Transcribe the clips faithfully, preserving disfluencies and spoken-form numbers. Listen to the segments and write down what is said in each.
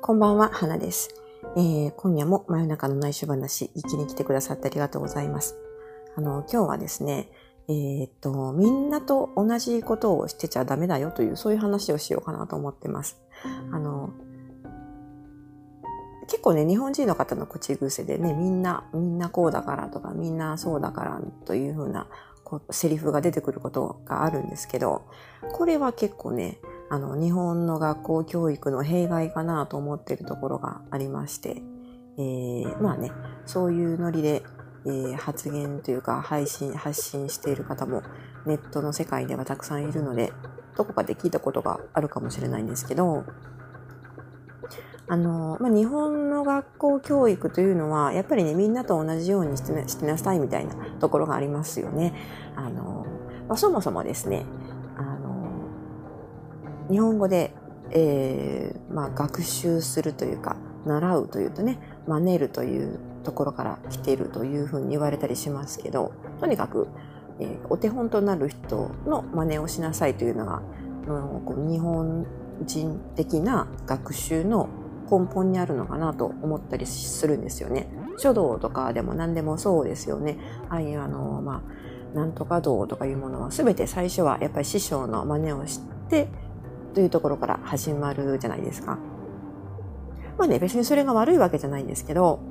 こんばんは、花です。えー、今夜も真夜中の内緒話、聞きに来てくださってありがとうございます。あの、今日はですね、えー、っと、みんなと同じことをしてちゃダメだよという、そういう話をしようかなと思ってます。あの、結構ね、日本人の方の口癖でね、みんな、みんなこうだからとか、みんなそうだからというふうな、こう、セリフが出てくることがあるんですけど、これは結構ね、あの、日本の学校教育の弊害かなと思っているところがありまして、えー、まあね、そういうノリで、えー、発言というか配信、発信している方もネットの世界ではたくさんいるので、どこかで聞いたことがあるかもしれないんですけど、あの、まあ、日本の学校教育というのは、やっぱりね、みんなと同じようにしてな、してなさいみたいなところがありますよね。あの、まあ、そもそもですね、あの、日本語で、えー、まあ、学習するというか、習うというとね、真似るというところから来ているというふうに言われたりしますけど、とにかく、えー、お手本となる人の真似をしなさいというのが、のこう日本人的な学習の根本にあるのかなと思ったりするんですよね。書道とかでも何でもそうですよね。ああいうあの、まあ、なんとか道とかいうものは全て最初はやっぱり師匠の真似をしてというところから始まるじゃないですか。まあね、別にそれが悪いわけじゃないんですけど、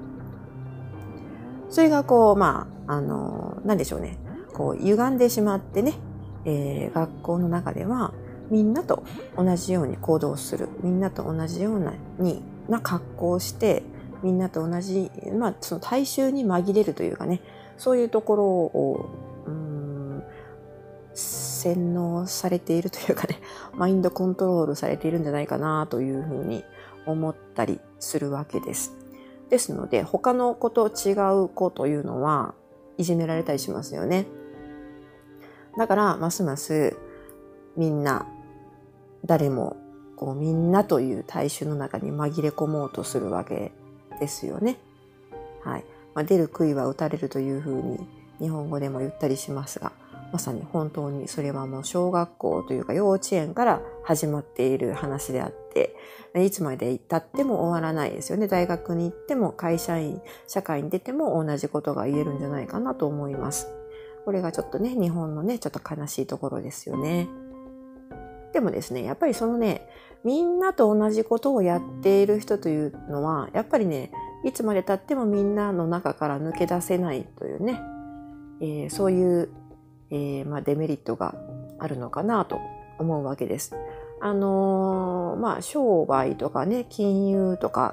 それがこう、まあ、あの、なんでしょうね。こう、歪んでしまってね、えー、学校の中では、みんなと同じように行動する。みんなと同じような、に、な格好をして、みんなと同じ、まあ、その大衆に紛れるというかね、そういうところを、うーん、洗脳されているというかね、マインドコントロールされているんじゃないかなというふうに思ったりするわけです。ですので、他の子と違う子というのは、いじめられたりしますよね。だから、ますます、みんな、誰も、こう、みんなという大衆の中に紛れ込もうとするわけですよね。はい。まあ、出る杭は打たれるというふうに、日本語でも言ったりしますが、まさに本当にそれはもう小学校というか幼稚園から始まっている話であって、いつまで経っても終わらないですよね。大学に行っても会社員、社会に出ても同じことが言えるんじゃないかなと思います。これがちょっとね、日本のね、ちょっと悲しいところですよね。でもですね、やっぱりそのね、みんなと同じことをやっている人というのは、やっぱりね、いつまで経ってもみんなの中から抜け出せないというね、えー、そういうえーまあ、デメリットがあるのかなと思うわけです。あのー、まあ、商売とかね、金融とか、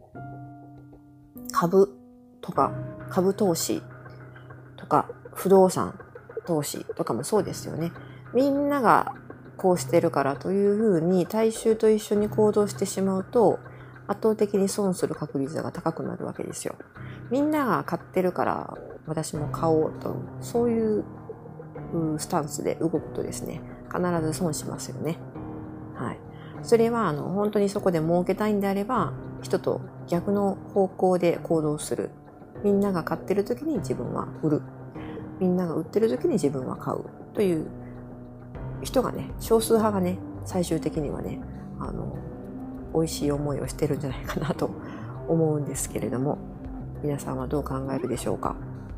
株とか、株投資とか、不動産投資とかもそうですよね。みんながこうしてるからというふうに大衆と一緒に行動してしまうと、圧倒的に損する確率が高くなるわけですよ。みんなが買ってるから私も買おうと、そういうスタンスで動くとですね、必ず損しますよね。はい。それはあの本当にそこで儲けたいんであれば、人と逆の方向で行動する。みんなが買ってる時に自分は売る。みんなが売ってる時に自分は買うという人がね、少数派がね、最終的にはね、あの美味しい思いをしてるんじゃないかなと思うんですけれども、皆さんはどう考えるでしょうか。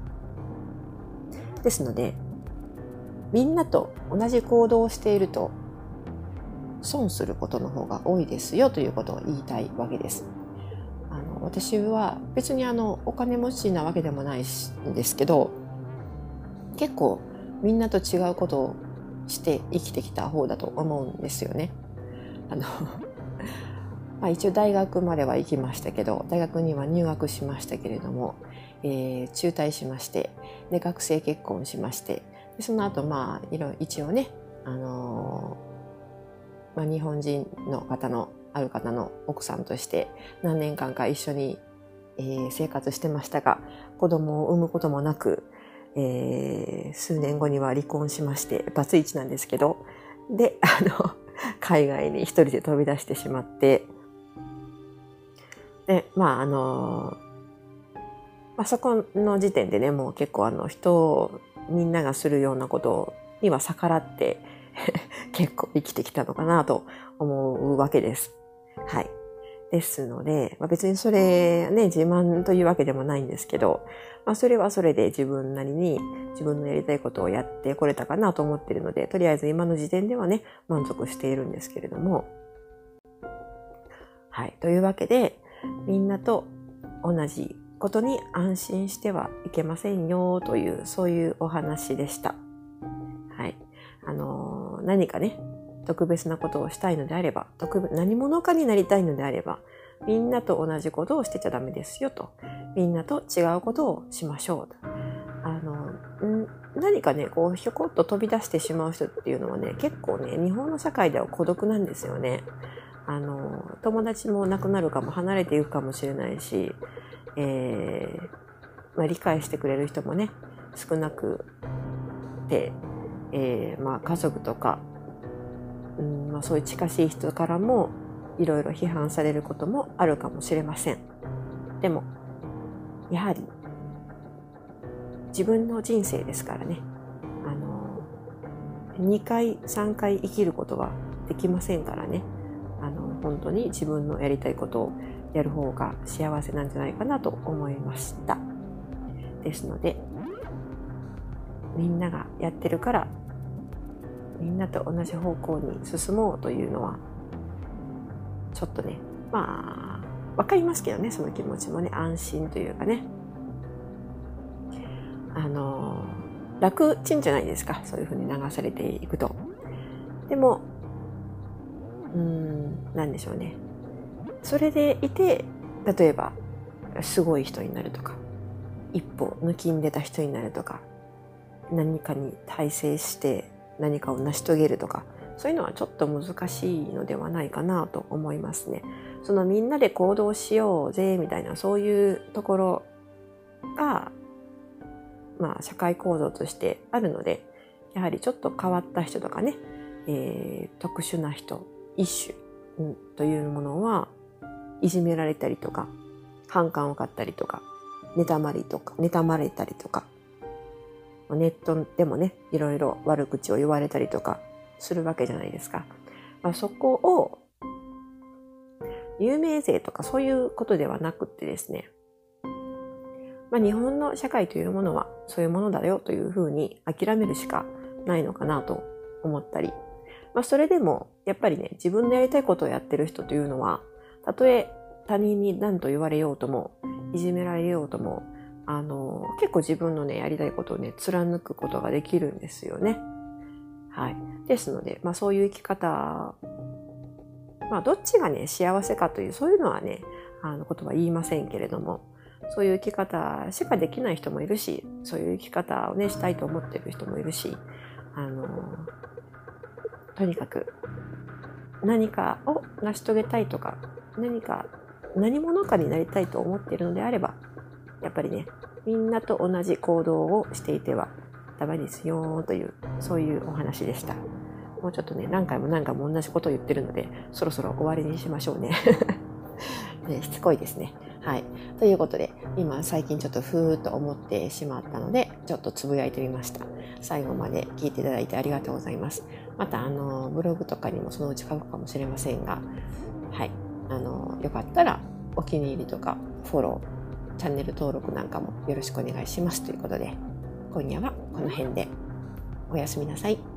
ですので、みんなと同じ行動をしていると損することの方が多いですよということを言いたいわけです。あの私は別にあのお金持ちなわけでもないんですけど、結構みんなと違うことをして生きてきた方だと思うんですよね。あのまあ、一応大学までは行きましたけど、大学には入学しましたけれども、えー、中退しまして、で学生結婚しまして、でその後まあいろ一応ね、あのーまあ、日本人の方のある方の奥さんとして何年間か一緒に、えー、生活してましたが、子供を産むこともなく、えー、数年後には離婚しまして、バツイチなんですけど、であの海外に一人で飛び出してしまって、でまああのまあ、そこの時点でね、もう結構あの人をみんながするようなことには逆らって結構生きてきたのかなと思うわけです。はい。 ですので、まあ、別にそれね、自慢というわけでもないんですけど、まあ、それはそれで自分なりに自分のやりたいことをやってこれたかなと思っているので、とりあえず今の時点ではね、満足しているんですけれども。はい。というわけで、みんなと同じことに安心してはいけませんよという、そういうお話でした。はい。あのー、何かね、特別なことをしたいのであれば、特別何者かになりたいのであれば、みんなと同じことをしてちゃダメですよと。みんなと違うことをしましょうと。あの、ん何かね、こう、ひょこっと飛び出してしまう人っていうのはね、結構ね、日本の社会では孤独なんですよね。あの、友達もなくなるかも、離れていくかもしれないし、えーまあ、理解してくれる人もね、少なくて、えーまあ、家族とか、うんまあ、そういう近しい人からもいろいろ批判されることもあるかもしれません。でもやはり自分の人生ですからね、あのにかいさんかい生きることはできませんからね、あの本当に自分のやりたいことをやる方が幸せなんじゃないかなと思いました。ですので、みんながやってるからみんなと同じ方向に進もうというのはちょっとね、まあわかりますけどね、その気持ちもね、安心というかね、あの楽ちんじゃないですか、そういうふうに流されていくと。でもうーんなんでしょうね、それでいて、例えばすごい人になるとか、一歩抜きんでた人になるとか、何かに大成して何かを成し遂げるとか、そういうのはちょっと難しいのではないかなと思いますね。そのみんなで行動しようぜみたいな、そういうところがまあ社会構造としてあるので、やはりちょっと変わった人とかね、えー、特殊な人一種、うん、というものはいじめられたりとか、反感を買ったりとか、妬まりとか妬まれたりとか、ネットでもね、いろいろ悪口を言われたりとかするわけじゃないですか。まあ、そこを有名税とかそういうことではなくってですね、まあ、日本の社会というものはそういうものだよというふうに諦めるしかないのかなと思ったり、まあ、それでもやっぱりね、自分のやりたいことをやってる人というのは、たとえ他人に何と言われようとも、いじめられようとも、あの結構自分のねやりたいことをね貫くことができるんですよね。はい。ですので、まあそういう生き方、まあどっちがね幸せかという、そういうのはねあのことは言いませんけれども、そういう生き方しかできない人もいるし、そういう生き方をねしたいと思っている人もいるし、あのとにかく何かを成し遂げたいとか、何か何者かになりたいと思っているのであれば、やっぱりね、みんなと同じ行動をしていてはダメですよという、そういうお話でした。もうちょっとね、何回も何回も同じことを言ってるので、そろそろ終わりにしましょうね。ね、しつこいですね。はい。ということで、今最近ちょっとふーっと思ってしまったので、ちょっとつぶやいてみました。最後まで聞いていただいてありがとうございます。また、あの、ブログとかにもそのうち書くかもしれませんが、はい。あの、よかったらお気に入りとかフォロー、チャンネル登録なんかもよろしくお願いしますということで、今夜はこの辺でおやすみなさい。